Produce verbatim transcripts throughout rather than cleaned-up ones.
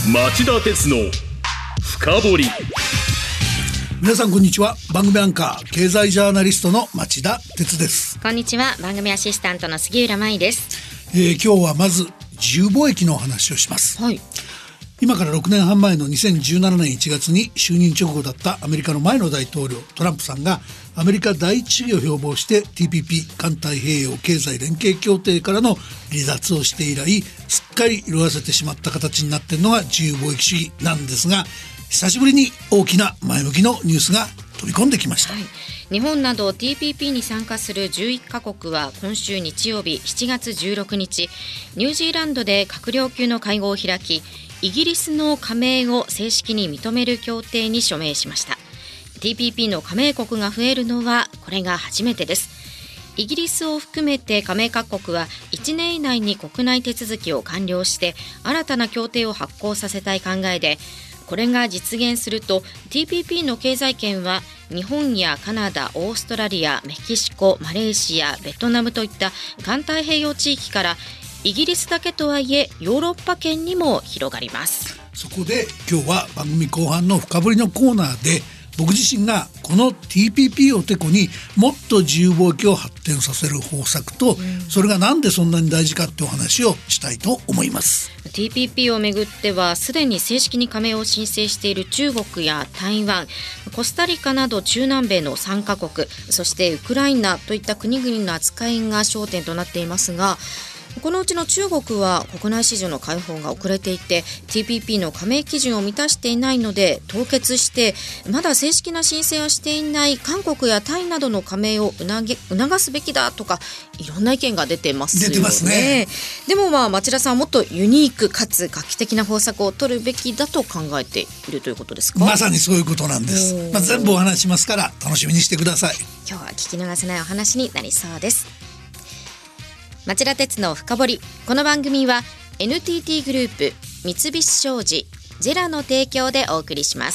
町田鉄の深掘り。 皆さんこんにちは。番組アンカー経済ジャーナリストの町田鉄です。 こんにちは。番組アシスタントの杉浦舞です。 えー、今日はまず自由貿易のお話をします。 はい。 今からろくねんはん前のにせんじゅうななねんいちがつに就任直後だったアメリカの前の大統領トランプさんがアメリカ第一主義を標榜して ティーピーピー 環太平洋経済連携協定からの離脱をして以来、すっかり色あせてしまった形になっているのが自由貿易主義なんですが、久しぶりに大きな前向きのニュースが飛び込んできました。 はい、日本など ティーピーピー に参加するじゅういっかこくは今週日曜日しちがつじゅうろくにち、ニュージーランドで閣僚級の会合を開き、イギリスの加盟を正式に認める協定に署名しました。 ティーピーピー の加盟国が増えるのはこれが初めてです。イギリスを含めて加盟各国はいちねん以内に国内手続きを完了して新たな協定を発効させたい考えで、これが実現すると ティーピーピー の経済圏は日本やカナダ、オーストラリア、メキシコ、マレーシア、ベトナムといった環太平洋地域からイギリスだけとはいえヨーロッパ圏にも広がります。 そこで今日は番組後半の深掘りのコーナーで、僕自身がこの ティーピーピー をてこにもっと自由貿易を発展させる方策と、うん、それがなんでそんなに大事かってお話をしたいと思います。 ティーピーピー をめぐってはすでに正式に加盟を申請している中国や台湾、コスタリカなど中南米のさんかこく、そしてウクライナといった国々の扱いが焦点となっていますが、このうちの中国は国内市場の開放が遅れていて ティーピーピー の加盟基準を満たしていないので凍結して、まだ正式な申請はしていない韓国やタイなどの加盟を促すべきだとか、いろんな意見が出てますよね。 出てますね。 でもまあ町田さんはもっとユニークかつ画期的な方策を取るべきだと考えているということですか？ まさにそういうことなんです。まあ、全部お話しますから楽しみにしてください。 今日は聞き逃せないお話になりそうです。町田鉄の深掘り。この番組は エヌティーティー グループ、三菱商事、ジェラの提供でお送りします。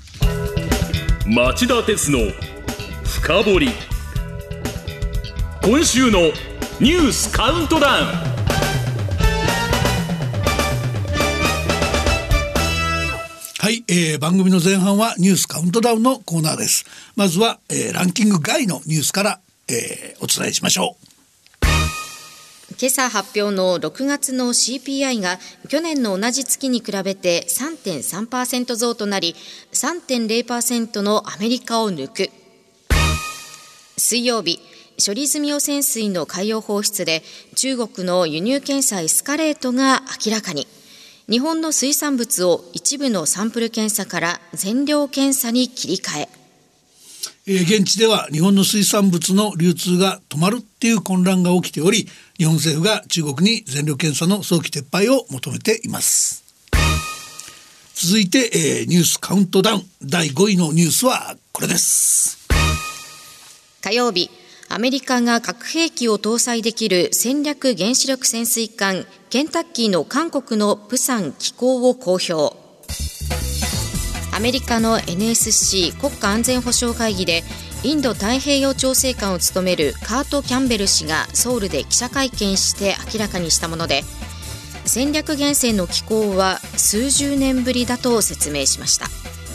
町田鉄の深掘り。今週のニュースカウントダウン。 はい、えー、番組の前半はニュースカウントダウンのコーナーです。まずは、えー、ランキング外のニュースから、えー、お伝えしましょう。 今朝発表のろくがつの シーピーアイ が去年の同じ月に比べて さんてんさんパーセント 増となり さんてんゼロパーセント のアメリカを抜く。水曜日、処理済み汚染水の海洋放出で中国の輸入検査エスカレートが明らかに。日本の水産物を一部のサンプル検査から全量検査に切り替え。 えー、現地では日本の水産物の流通が止まるっていう混乱が起きており、日本政府が中国に全量検査の早期撤廃を求めています。続いて、えー、ニュースカウントダウンだいごいのニュースはこれです。 火曜日、アメリカが核兵器を搭載できる戦略原子力潜水艦ケンタッキーの韓国のプサン寄港を公表。アメリカの エヌエスシー 国家安全保障会議でインド太平洋調整官を務めるカート・キャンベル氏がソウルで記者会見して明らかにしたもので、戦略原潜の寄港は数十年ぶりだと説明しました。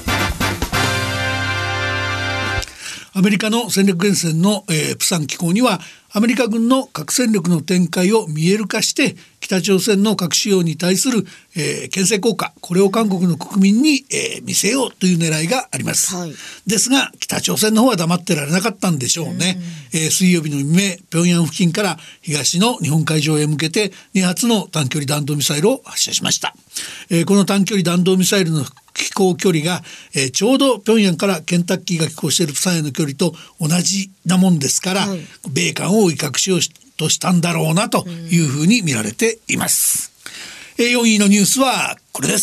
アメリカの戦略原潜の、えー、プサン寄港にはアメリカ軍の核戦力の展開を見える化して北朝鮮の核使用に対する、えー、牽制効果、これを韓国の国民に、えー、見せようという狙いがあります、はい、ですが北朝鮮の方は黙ってられなかったんでしょうね、うんえー、水曜日の未明、平壌付近から東の日本海上へ向けてにはつの短距離弾道ミサイルを発射しました、えー、この短距離弾道ミサイルの飛行距離が、えー、ちょうど平壌からケンタッキーが寄港しているプサンへの距離と同じなもんですから、はい、米韓を威嚇しようとしたんだろうなというふうに見られています、うんえー、よんいのニュースはこれです。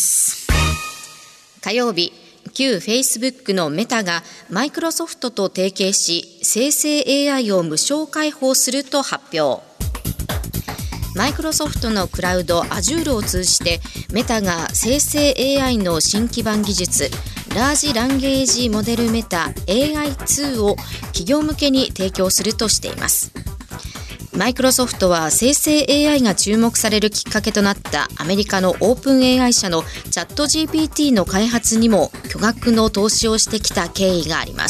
火曜日、旧フェイスブックのメタがマイクロソフトと提携し生成 エーアイ を無償開放すると発表。マイクロソフトのクラウド Azure を通じてメタが生成 エーアイ の新基盤技術ラージランゲージモデルメタ エーアイツー を企業向けに提供するとしています。 マイクロソフトは生成 エーアイ が注目されるきっかけとなったアメリカのオープン エーアイ 社のチャット ジーピーティー の開発にも巨額の投資をしてきた経緯があります。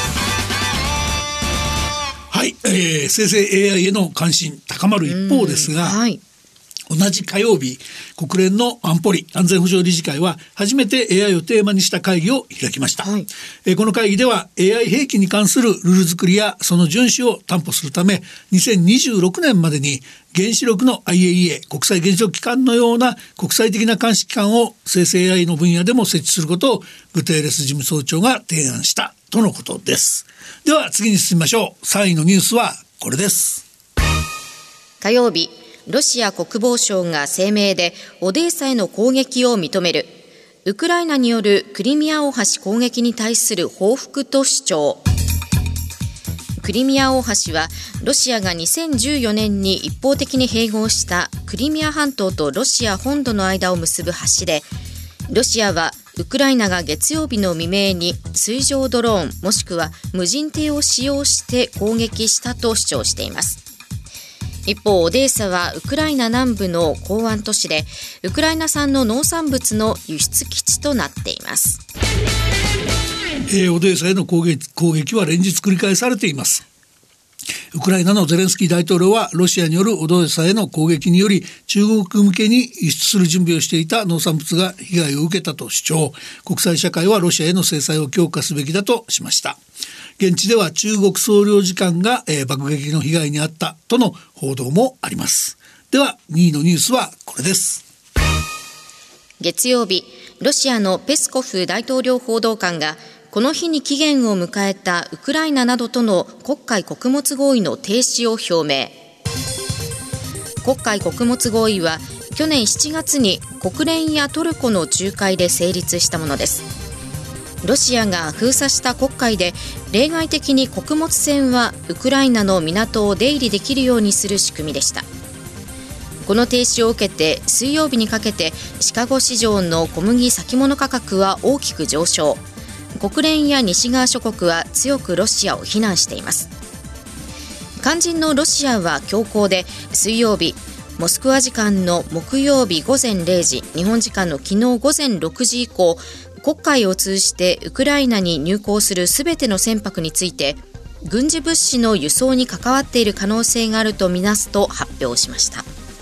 はい、えー、生成 エーアイ への関心高まる一方ですが、はい、同じ火曜日、国連の安保理安全保障理事会は初めて エーアイ をテーマにした会議を開きました、はい。えー、この会議では エーアイ 兵器に関するルール作りやその遵守を担保するためにせんにじゅうろくねんまでに原子力の アイエーイーエー 国際原子力機関のような国際的な監視機関を生成 エーアイ の分野でも設置することをグテーレス事務総長が提案したとのことです。では次に進みましょう。さんいのニュースはこれです。 火曜日、ロシア国防省が声明でオデーサへの攻撃を認める。ウクライナによるクリミア大橋攻撃に対する報復と主張。クリミア大橋はロシアがにせんじゅうよねんに一方的に併合したクリミア半島とロシア本土の間を結ぶ橋で、ロシアはウクライナが月曜日の未明に水上ドローンもしくは無人艇を使用して攻撃したと主張しています。一方、オデーサはウクライナ南部の港湾都市でウクライナ産の農産物の輸出基地となっています。 えー、オデーサへの攻撃、攻撃は連日繰り返されています。ウクライナのゼレンスキー大統領はロシアによるオデーサへの攻撃により中国向けに輸出する準備をしていた農産物が被害を受けたと主張。国際社会はロシアへの制裁を強化すべきだとしました。現地では中国総領事館が、えー、爆撃の被害に遭ったとの報道もあります。ではにいのニュースはこれです。 月曜日、ロシアのペスコフ大統領報道官がこの日に期限を迎えたウクライナなどとの黒海穀物合意の停止を表明。黒海穀物合意は去年しちがつに国連やトルコの仲介で成立したものです。ロシアが封鎖した黒海で例外的に穀物船はウクライナの港を出入りできるようにする仕組みでした。この停止を受けて水曜日にかけてシカゴ市場の小麦先物価格は大きく上昇。国連や西側諸国は強くロシアを非難しています。肝心のロシアは強硬で水曜日、モスクワ時間の木曜日午前れいじ、日本時間の昨日午前ろくじ以降、黒海を通じてウクライナに入港するすべての船舶について軍事物資の輸送に関わっている可能性があるとみなすと発表しました。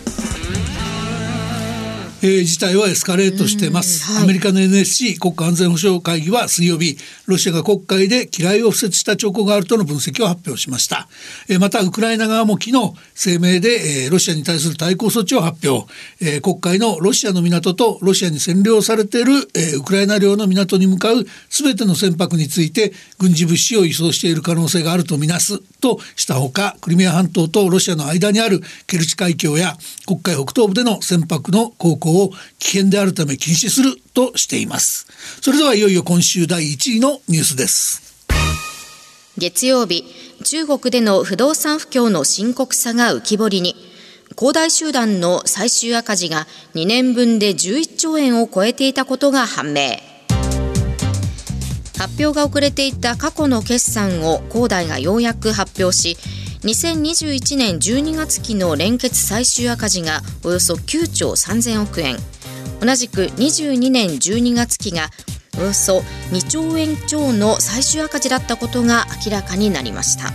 えー、事態はエスカレートしています、はい。アメリカの エヌエスシー 国家安全保障会議は水曜日、ロシアが黒海で機雷を敷設した兆候があるとの分析を発表しました。えー、またウクライナ側も昨日声明で、えー、ロシアに対する対抗措置を発表。えー、黒海のロシアの港とロシアに占領されている、えー、ウクライナ領の港に向かうすべての船舶について軍事物資を輸送している可能性があるとみなすとしたほか、クリミア半島とロシアの間にあるケルチ海峡や黒海北東部での船舶の航行を危険であるため禁止するとしています。それではいよいよ今週だいいちいのニュースです。 月曜日、中国での不動産不況の深刻さが浮き彫りに。恒大集団の最終赤字がにねんぶんでじゅういっちょうえんを超えていたことが判明。発表が遅れていた過去の決算を恒大がようやく発表し、にせんにじゅういちねんじゅうにがつ期の連結最終赤字がおよそきゅうちょうさんぜんおくえん、同じくにじゅうにねんじゅうにがつ期がおよそにちょうえんちょうの最終赤字だったことが明らかになりました。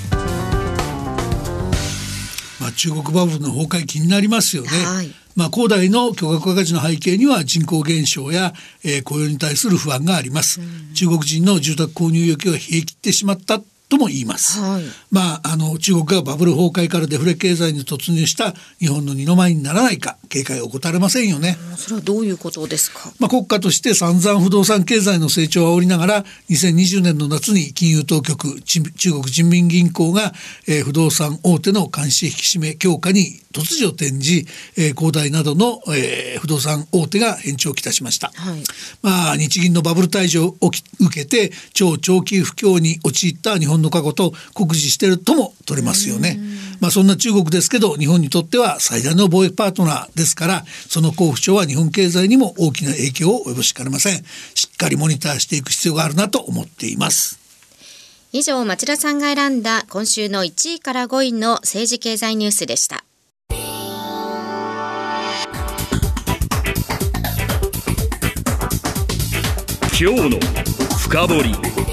まあ、中国バブルの崩壊気になりますよね。 はい。 まあ、恒大の巨額赤字の背景には人口減少や、えー、雇用に対する不安があります。中国人の住宅購入欲が冷え切ってしまったとも言います。はい。まあ、あの中国がバブル崩壊からデフレ経済に突入した日本の二の舞にならないか警戒を怠れませんよね。 それはどういうことですか。 まあ、国家として散々不動産経済の成長を煽りながらにせんにじゅうねんの夏に金融当局中国人民銀行が、えー、不動産大手の監視引き締め強化に突如転じ、えー、恒大などの、えー、不動産大手が変調をきたしました。はい。まあ、日銀のバブル退場を受けて超長期不況に陥った日本の過去と酷似しているとも取れますよね。まあ、そんな中国ですけど日本にとっては最大の貿易パートナーですから、その好不調は日本経済にも大きな影響を及ぼしかねません。しっかりモニターしていく必要があるなと思っています。 以上、町田さんが選んだ今週のいちいからごいの政治経済ニュースでした。 今日の深掘り。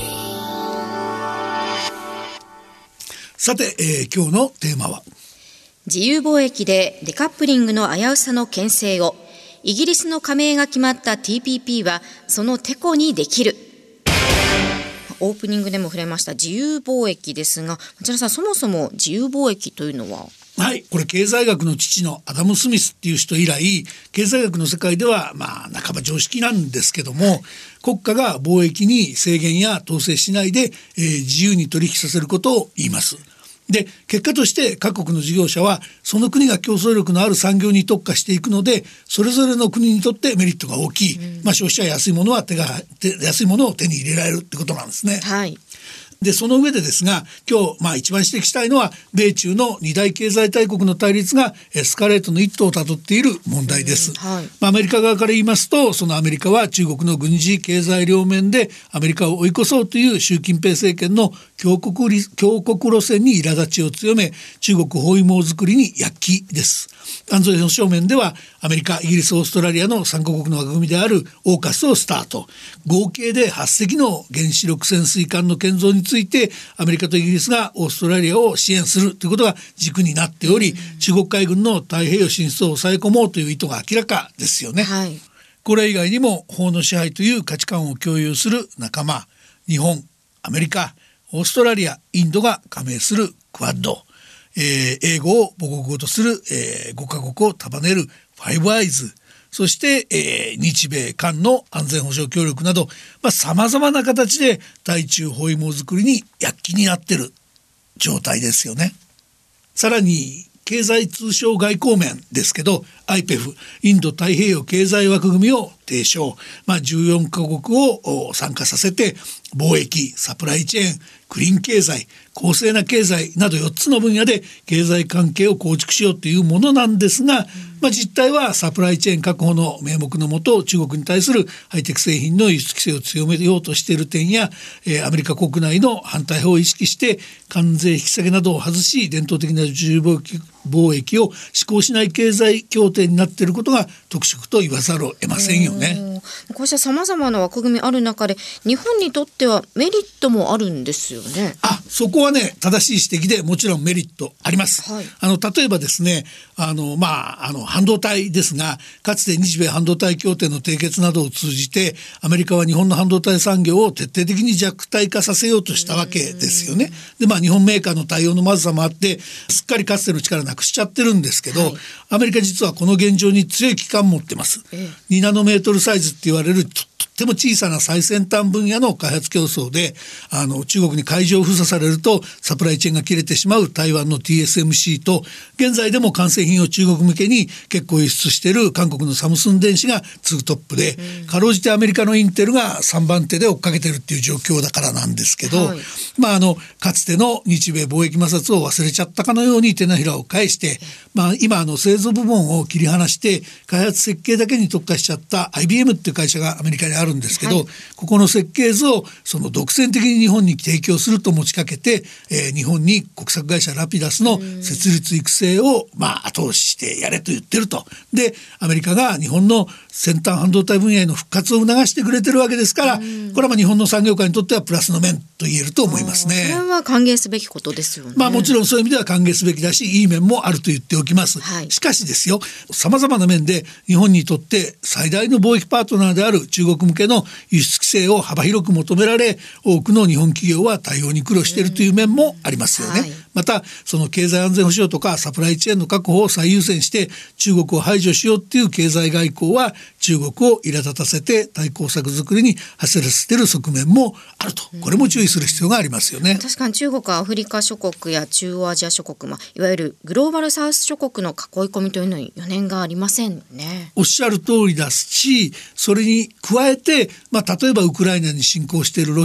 さて、えー、今日のテーマは自由貿易でデカップリングの危うさの牽制を、イギリスの加盟が決まった ティーピーピー はそのテコにできる。オープニングでも触れました自由貿易ですが、町田さん、そもそも自由貿易というのは？ はい、これ経済学の父のアダム・スミスっていう人以来、経済学の世界ではまあ半ば常識なんですけども、国家が貿易に制限や統制しないで、えー、自由に取引させることを言います。で、結果として各国の事業者はその国が競争力のある産業に特化していくので、それぞれの国にとってメリットが大きい、うん、まあ、消費者は安いものは手が安いものを手に入れられるってことなんですね。 はい。 で、その上でですが、今日まあ一番指摘したいのは、米中の二大経済大国の対立がエスカレートの一途をたどっている問題です。はい。まあ、アメリカ側から言いますと、そのアメリカは中国の軍事経済両面でアメリカを追い越そうという習近平政権の強国、強国路線に苛立ちを強め、中国包囲網作りに躍起です。安全保障面ではアメリカ、イギリス、オーストラリアのさんカ国の枠組みであるオーカスをスタート。合計ではち隻の原子力潜水艦の建造についてアメリカとイギリスがオーストラリアを支援するということが軸になっており、中国海軍の太平洋進出を抑え込もうという意図が明らかですよね。はい。これ以外にも法の支配という価値観を共有する仲間、日本、アメリカ、オーストラリア、インドが加盟するクアッド、えー、英語を母国語とする、えー、ごカ国を束ねるファイブアイズ、そして、えー、日米韓の安全保障協力など、まあ、様々な形で対中包囲網作りに躍起になっている状態ですよね。さらに経済通商外交面ですけど、 アイペフ インド太平洋経済枠組みを提唱、まあ、じゅうよんカ国を参加させて貿易、サプライチェーン、クリーン経済、公正な経済などよっつの分野で経済関係を構築しようというものなんですが、まあ、実態はサプライチェーン確保の名目のもと、中国に対するハイテク製品の輸出規制を強めようとしている点や、えー、アメリカ国内の反対派を意識して関税引き下げなどを外し、伝統的な自由貿易を施行しない経済協定になっていることが特色と言わざるを得ませんよね。 こうしたさまざまな枠組みある中で、日本にとってはメリットもあるんですよね。 あ、そこはね、正しい指摘で、もちろんメリットあります。はい、あの例えばですね、あの、まあ、あの半導体ですが、かつて日米半導体協定の締結などを通じてアメリカは日本の半導体産業を徹底的に弱体化させようとしたわけですよね。で、まあ、日本メーカーの対応のまずさもあってすっかりかつての力なくしちゃってるんですけど、はい、アメリカ実はこの現状に強い危機感を持ってます。ええ、にナノメートルサイズって言われるととっても小さな最先端分野の開発競争で、あの中国に海上封鎖されるとサプライチェーンが切れてしまう台湾の ティーエスエムシー と、現在でも完成品を中国向けに結構輸出している韓国のサムスン電子がツートップで、うん、かろうじてアメリカのインテルがさんばん手で追っかけてるっていう状況だからなんですけど、はい、まあ、あのかつての日米貿易摩擦を忘れちゃったかのように手のひらを返して、まあ、今あの製造部門を切り離して開発設計だけに特化しちゃった アイビーエム っていう会社がアメリカにあるんですけど、はい、ここの設計図をその独占的に日本に提供すると持ちかけて、えー、日本に国策会社ラピダスの設立育成をまあ後押ししてやれと言ってると。で、アメリカが日本の先端半導体分野への復活を促してくれてるわけですから、これはまあ日本の産業界にとってはプラスの面と言えると思いますね。 それは歓迎すべきことですよね。 まあ、もちろんそういう意味では歓迎すべきだし、いい面もあると言っておきます。はい、しかしですよ、さまざまな面で日本にとって最大の貿易パートナーである中国向けの輸出規制を幅広く求められ、多くの日本企業は対応に苦労しているという面もありますよね。はい、またその経済安全保障とかサプライチェーンの確保を最優先して中国を排除しようっていう経済外交は中国を苛立たせて対抗策作りに走らせている側面もあると、これも注意する必要がありますよね。 確かに中国はアフリカ諸国や中央アジア諸国、まあ、いわゆるグローバルサウス諸国の囲い込みというのに余念がありませんね。 おっしゃる通りだし、それに加えて、まあ、例えばウクライナに侵攻しているロシア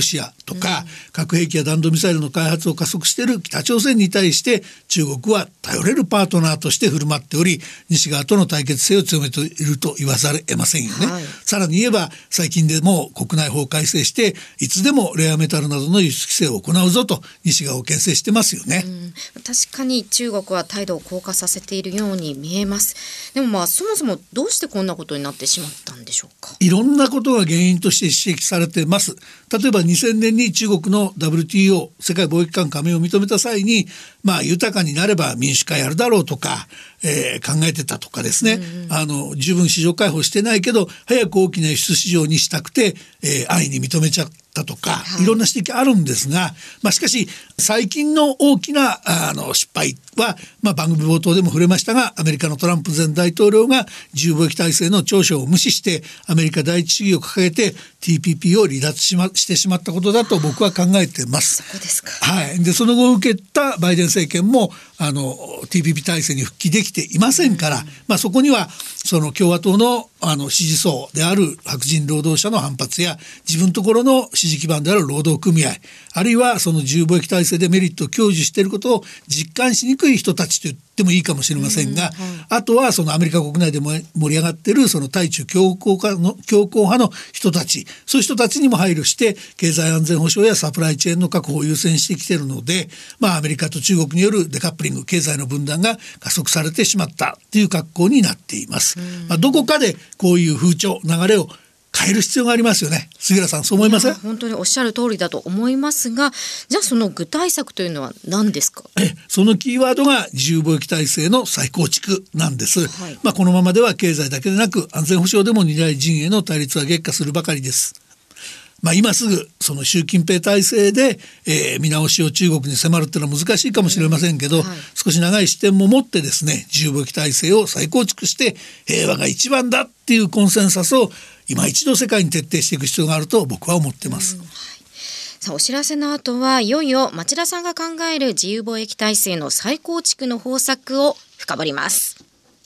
とか、うん、核兵器や弾道ミサイルの開発を加速している北朝鮮に対して中国は頼れるパートナーとして振る舞っており、西側との対決性を強めていると言わざるを得ませんよね、はい、さらに言えば最近でも国内法改正していつでもレアメタルなどの輸出規制を行うぞと西側を牽制してますよね、うん、 確かに中国は態度を硬化させているように見えます。でもまあそもそもどうしてこんなことになってしまったんでしょうか。 いろんなことが原因として指摘されてます。例えばにせんねんに中国の ダブリューティーオー 世界貿易機関加盟を認めた際に、まあ豊かになれば民主化やるだろうとか、えー、考えてたとかですね、うんうん、あの十分市場開放してないけど早く大きな輸出市場にしたくて、えー、安易に認めちゃったとか、はい、いろんな指摘あるんですが、まあ、しかし最近の大きなあの失敗は、まあ、番組冒頭でも触れましたが、アメリカのトランプ前大統領が自由貿易体制の長所を無視してアメリカ第一主義を掲げて ティーピーピー を離脱し、ま、してしまったことだと僕は考えてます。 そうですか。 はい、でその後受けたバイデン政権もあの ティーピーピー 体制に復帰できていませんから、うん、まあ、そこにはその共和党の、あの支持層である白人労働者の反発や自分のところの支持基盤である労働組合、あるいはその自由貿易体制でメリットを享受していることを実感しにくい人たちと言ってもいいかもしれませんが、うん、はい、あとはそのアメリカ国内でも盛り上がっているその対中強硬派の強硬派の人たち、そういう人たちにも配慮して経済安全保障やサプライチェーンの確保を優先してきているので、まあ、アメリカと中国によるデカップリング、経済の分断が加速されてしまったという格好になっています、うん、まあ、どこかでこういう風潮流れを変える必要がありますよね。杉浦さん、そう思いません？ 本当におっしゃる通りだと思いますが、じゃあその具体策というのは何ですか？ えそのキーワードが自由貿易体制の再構築なんです、はい、まあ、このままでは経済だけでなく安全保障でも二大陣営の対立は激化するばかりです。まあ、今すぐその習近平体制で、えー、見直しを中国に迫るっていうのは難しいかもしれませんけど、うん、はい、少し長い視点も持ってですね、自由貿易体制を再構築して平和が一番だっていうコンセンサスを今一度世界に徹底していく必要があると僕は思ってます、うん、はい、 さあお知らせの後はいよいよ町田さんが考える自由貿易体制の再構築の方策を深掘ります。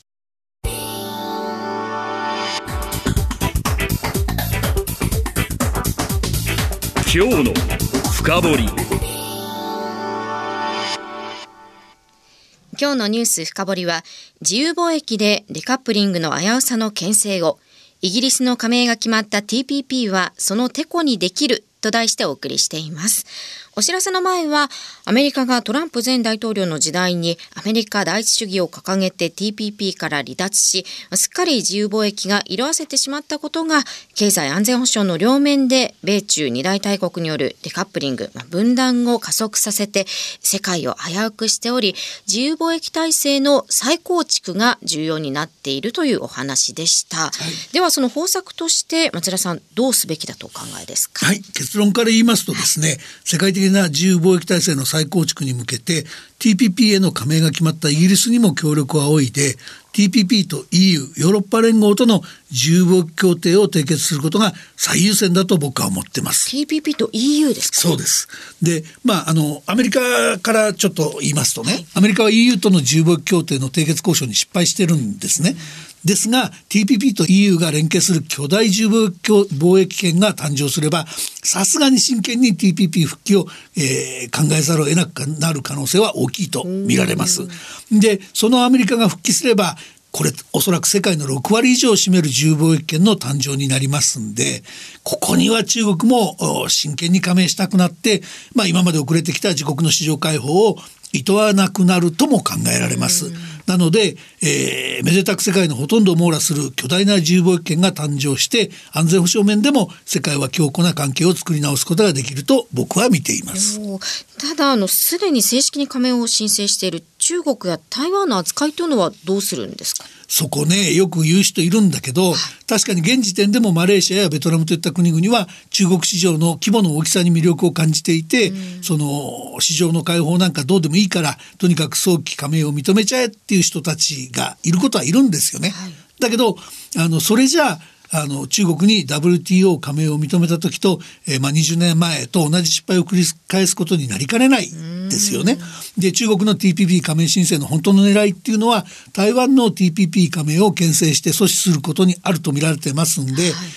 今日の深掘り。 今日のニュース深掘りは、自由貿易でデカップリングの危うさの牽制を、イギリスの加盟が決まった ティーピーピー はそのテコにできると題してお送りしています。お知らせの前は、アメリカがトランプ前大統領の時代にアメリカ第一主義を掲げて ティーピーピー から離脱し、すっかり自由貿易が色あせてしまったことが、経済安全保障の両面で米中二大大国によるデカップリング、分断を加速させて世界を危うくしており、自由貿易体制の再構築が重要になっているというお話でした、はい、ではその方策として松田さん、どうすべきだとお考えですか？ はい、結論から言いますとですね、世界的な自由貿易体制の再構築に向けて ティーピーピー への加盟が決まったイギリスにも協力を仰いで ティーピーピー と イーユー ヨーロッパ連合との自由貿易協定を締結することが最優先だと僕は思ってます。 ティーピーピー と イーユー ですか？ そうです。で、まあ、あのアメリカからちょっと言いますとね、はい、アメリカは イーユー との自由貿易協定の締結交渉に失敗してるんですね、うん、ですが ティーピーピー と イーユー が連携する巨大自由貿易圏が誕生すれば、さすがに真剣に ティーピーピー 復帰を、えー、考えざるを得なくなる可能性は大きいと見られます。で、そのアメリカが復帰すれば、これおそらく世界のろくわり以上を占める自由貿易圏の誕生になりますんで、ここには中国も真剣に加盟したくなって、まあ、今まで遅れてきた自国の市場開放を厭わなくなるとも考えられます。なので、えー、めでたく世界のほとんどを網羅する巨大な自由貿易圏が誕生して、安全保障面でも世界は強固な関係を作り直すことができると僕は見ています。 ただ、あのすでに正式に加盟を申請している中国や台湾の扱いというのはどうするんですか？ そこね、よく言う人いるんだけど、確かに現時点でもマレーシアやベトナムといった国々は中国市場の規模の大きさに魅力を感じていて、うん、その市場の開放なんかどうでもいいからとにかく早期加盟を認めちゃえっていう人たちがいることはいるんですよね、はい、だけどあのそれじゃああの中国に ダブリューティーオー 加盟を認めた時と、えーまあ、にじゅうねんまえと同じ失敗を繰り返すことになりかねないですよね。で、中国の ティーピーピー 加盟申請の本当の狙いっていうのは台湾の ティーピーピー 加盟を牽制して阻止することにあると見られてますんで、はい、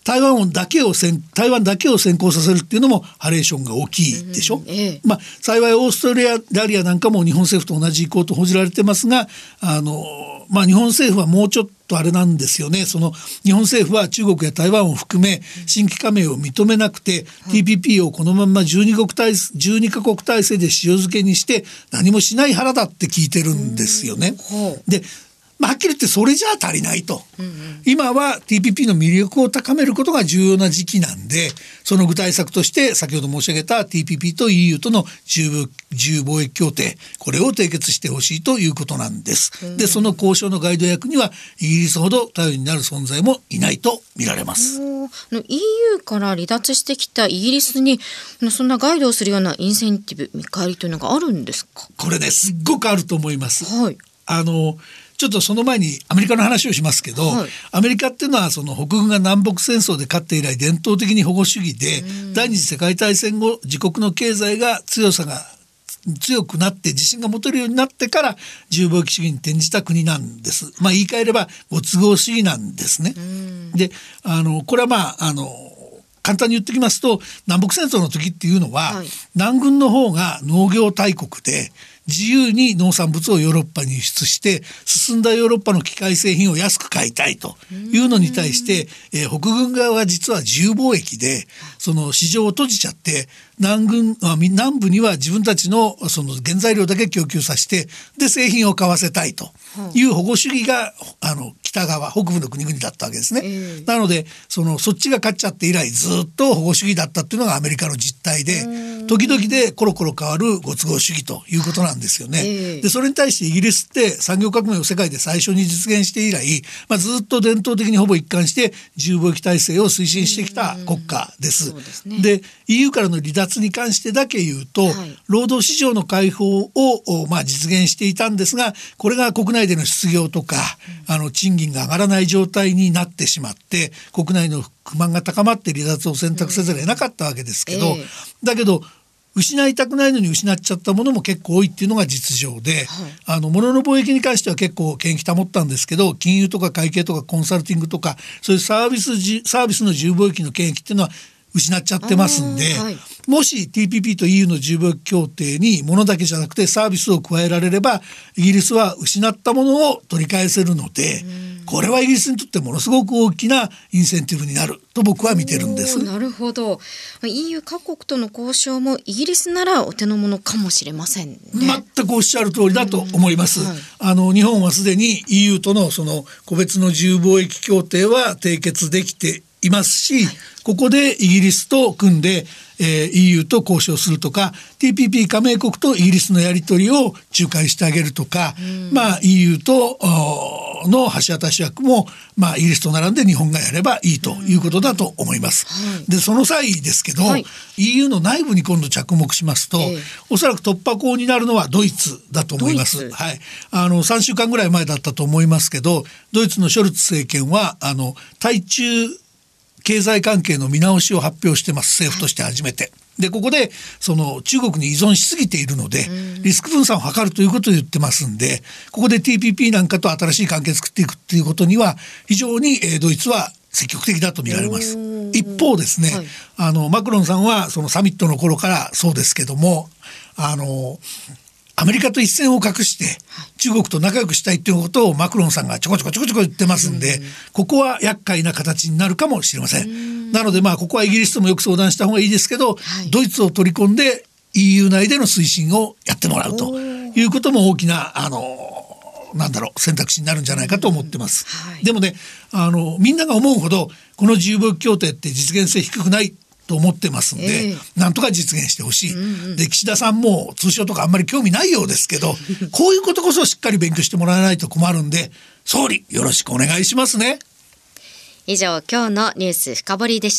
台湾だけを先台湾だけを先行させるっていうのもハレーションが大きいでしょ、うんええまあ、幸いオーストラリアなんかも日本政府と同じ意向と報じられてますがあの、まあ、日本政府はもうちょっとあれなんですよね。その日本政府は中国や台湾を含め新規加盟を認めなくて、うん、ティーピーピー をこのままじゅうにかこく体制で塩漬けにして何もしない腹だって聞いてるんですよね、うん、でまあ、はっきり言ってそれじゃ足りないと、うんうん、今は ティーピーピー の魅力を高めることが重要な時期なんでその具体策として先ほど申し上げた ティーピーピー と イーユー との自由貿易協定これを締結してほしいということなんです、うん、でその交渉のガイド役にはイギリスほど頼りになる存在もいないと見られます。 イーユー から離脱してきたイギリスにそんなガイドをするようなインセンティブ見返りというのがあるんですか？ これねすっごくあると思います、 はい、あのちょっとその前にアメリカの話をしますけど、はい、アメリカっていうのはその北軍が南北戦争で勝って以来伝統的に保護主義で第二次世界大戦後自国の経済が強さが強くなって自信が持てるようになってから自由貿易主義に転じた国なんです。まあ言い換えればご都合主義なんですね。であのこれはまああの簡単に言ってきますと南北戦争の時っていうのは、はい、南軍の方が農業大国で自由に農産物をヨーロッパに輸出して進んだヨーロッパの機械製品を安く買いたいというのに対して、えー、北軍側は実は自由貿易でその市場を閉じちゃって南軍あ南部には自分たちのその原材料だけ供給させてで製品を買わせたいという保護主義があの北側北部の国々だったわけですね、えー、なのでそのそっちが勝っちゃって以来ずっと保護主義だったっていうのがアメリカの実態で時々でコロコロ変わるご都合主義ということなんですよね、えー、でそれに対してイギリスって産業革命を世界で最初に実現して以来、まあ、ずっと伝統的にほぼ一貫して自由貿易体制を推進してきた国家です。そうですね、で イーユー からの離脱に関してだけ言うと、はい、労働市場の開放を、まあ、実現していたんですがこれが国内での失業とか、うん、あの賃金が上がらない状態になってしまって国内の不満が高まって離脱を選択せざるを得なかったわけですけど、うんえー、だけど失いたくないのに失っちゃったものも結構多いっていうのが実情で、はい、あの物の貿易に関しては結構権益保ったんですけど金融とか会計とかコンサルティングとかそういうサービスサービスの自由貿易の権益っていうのは失っちゃってますんで、はい、もし ティーピーピー と イーユー の自由貿易協定に物だけじゃなくてサービスを加えられればイギリスは失ったものを取り返せるのでこれはイギリスにとってものすごく大きなインセンティブになると僕は見てるんです。 なるほど。 イーユー 各国との交渉もイギリスならお手の物かもしれませんね。 全くおっしゃる通りだと思います、はい、あの日本はすでに イーユー とのその個別の自由貿易協定は締結できていますし、はい、ここでイギリスと組んで、えー、イーユー と交渉するとか ティーピーピー 加盟国とイギリスのやり取りを仲介してあげるとか、まあ イーユー との橋渡し役も、まあ、イギリスと並んで日本がやればいいということだと思います、はい、でその際ですけど、はい、イーユー の内部に今度着目しますと、えー、おそらく突破口になるのはドイツだと思います、はい、あのさんしゅうかんぐらい前だったと思いますけどドイツのショルツ政権はあの対中経済関係の見直しを発表してます。政府として初めて。でここでその中国に依存しすぎているのでリスク分散を図るということを言ってますんでここで ティーピーピー なんかと新しい関係を作っていくということには非常にドイツは積極的だと見られます。一方ですね、はい、あのマクロンさんはそのサミットの頃からそうですけどもあのアメリカと一線を画して中国と仲良くしたいということをマクロンさんがちょこちょこちょこちょこ言ってますんで、うん、ここは厄介な形になるかもしれません、うん、なのでまあここはイギリスともよく相談した方がいいですけど、はい、ドイツを取り込んで イーユー 内での推進をやってもらうということも大きなあのなんだろう選択肢になるんじゃないかと思ってます、うんはい、でもねあのみんなが思うほどこの自由貿易協定って実現性低くないと思ってますんで、えー、なんとか実現してほしい、うんうん、で岸田さんも通商とかあんまり興味ないようですけどこういうことこそしっかり勉強してもらわないと困るんで総理よろしくお願いしますね。 以上今日のニュース深掘りでした。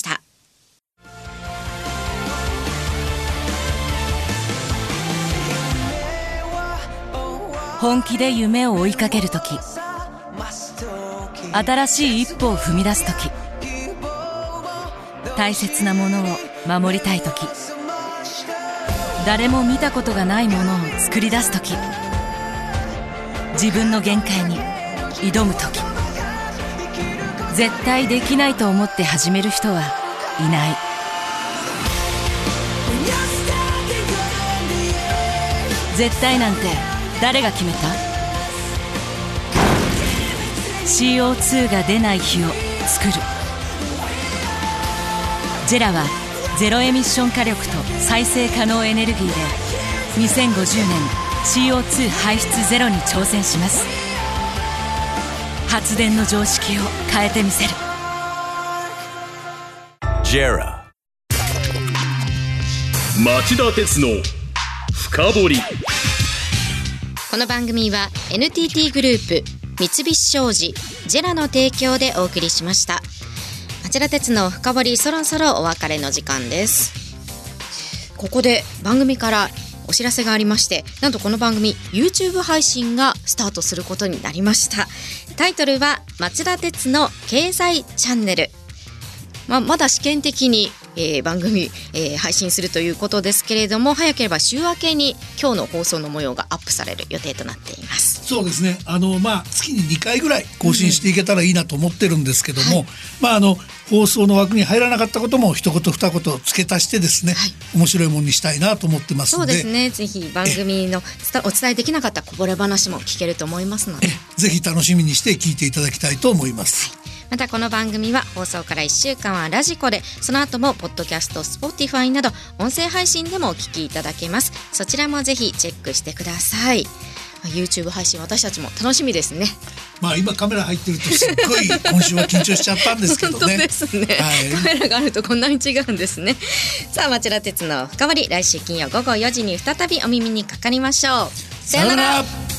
本気で夢を追いかけるとき新しい一歩を踏み出すとき大切なものを守りたいとき誰も見たことがないものを作り出すとき自分の限界に挑むとき絶対できないと思って始める人はいない。絶対なんて誰が決めた？ シーオーツー が出ない日を作る。ジェラはゼロエミッション火力と再生可能エネルギーでにせんごじゅうねん シーオーツー 排出ゼロに挑戦します。発電の常識を変えてみせる。 ジェラ町田鉄の深掘り。 この番組は エヌティーティー グループ、三菱商事、ジェラの提供でお送りしました。町田鉄の深掘り、そろそろお別れの時間です。ここで番組からお知らせがありまして、なんとこの番組 YouTube 配信がスタートすることになりました。タイトルは町田鉄の経済チャンネル。まあ、まだ試験的に、えー、番組、えー、配信するということですけれども、早ければ週明けに今日の放送の模様がアップされる予定となっています。 そうですね、あの、まあ、月ににかいぐらい更新していけたらいいなと思ってるんですけども、はい、まあ、あの放送の枠に入らなかったことも一言二言付け足してですね、はい、面白いものにしたいなと思ってますので、 そうですね、ぜひ番組のお伝えできなかったこぼれ話も聞けると思いますので、 ぜひ楽しみにして聞いていただきたいと思います。 はい、またこの番組は放送からいっしゅうかんはラジコで、その後もポッドキャスト、Spotify など音声配信でもお聞きいただけます。そちらもぜひチェックしてください。YouTube 配信、私たちも楽しみですね。 まあ、今カメラ入ってるとすっごい今週は緊張しちゃったんですけどね。 本当ですね、はい、カメラがあるとこんなに違うんですね。さあ、町田鉄の深掘り、来週金曜午後よじに再びお耳にかかりましょう。さよなら。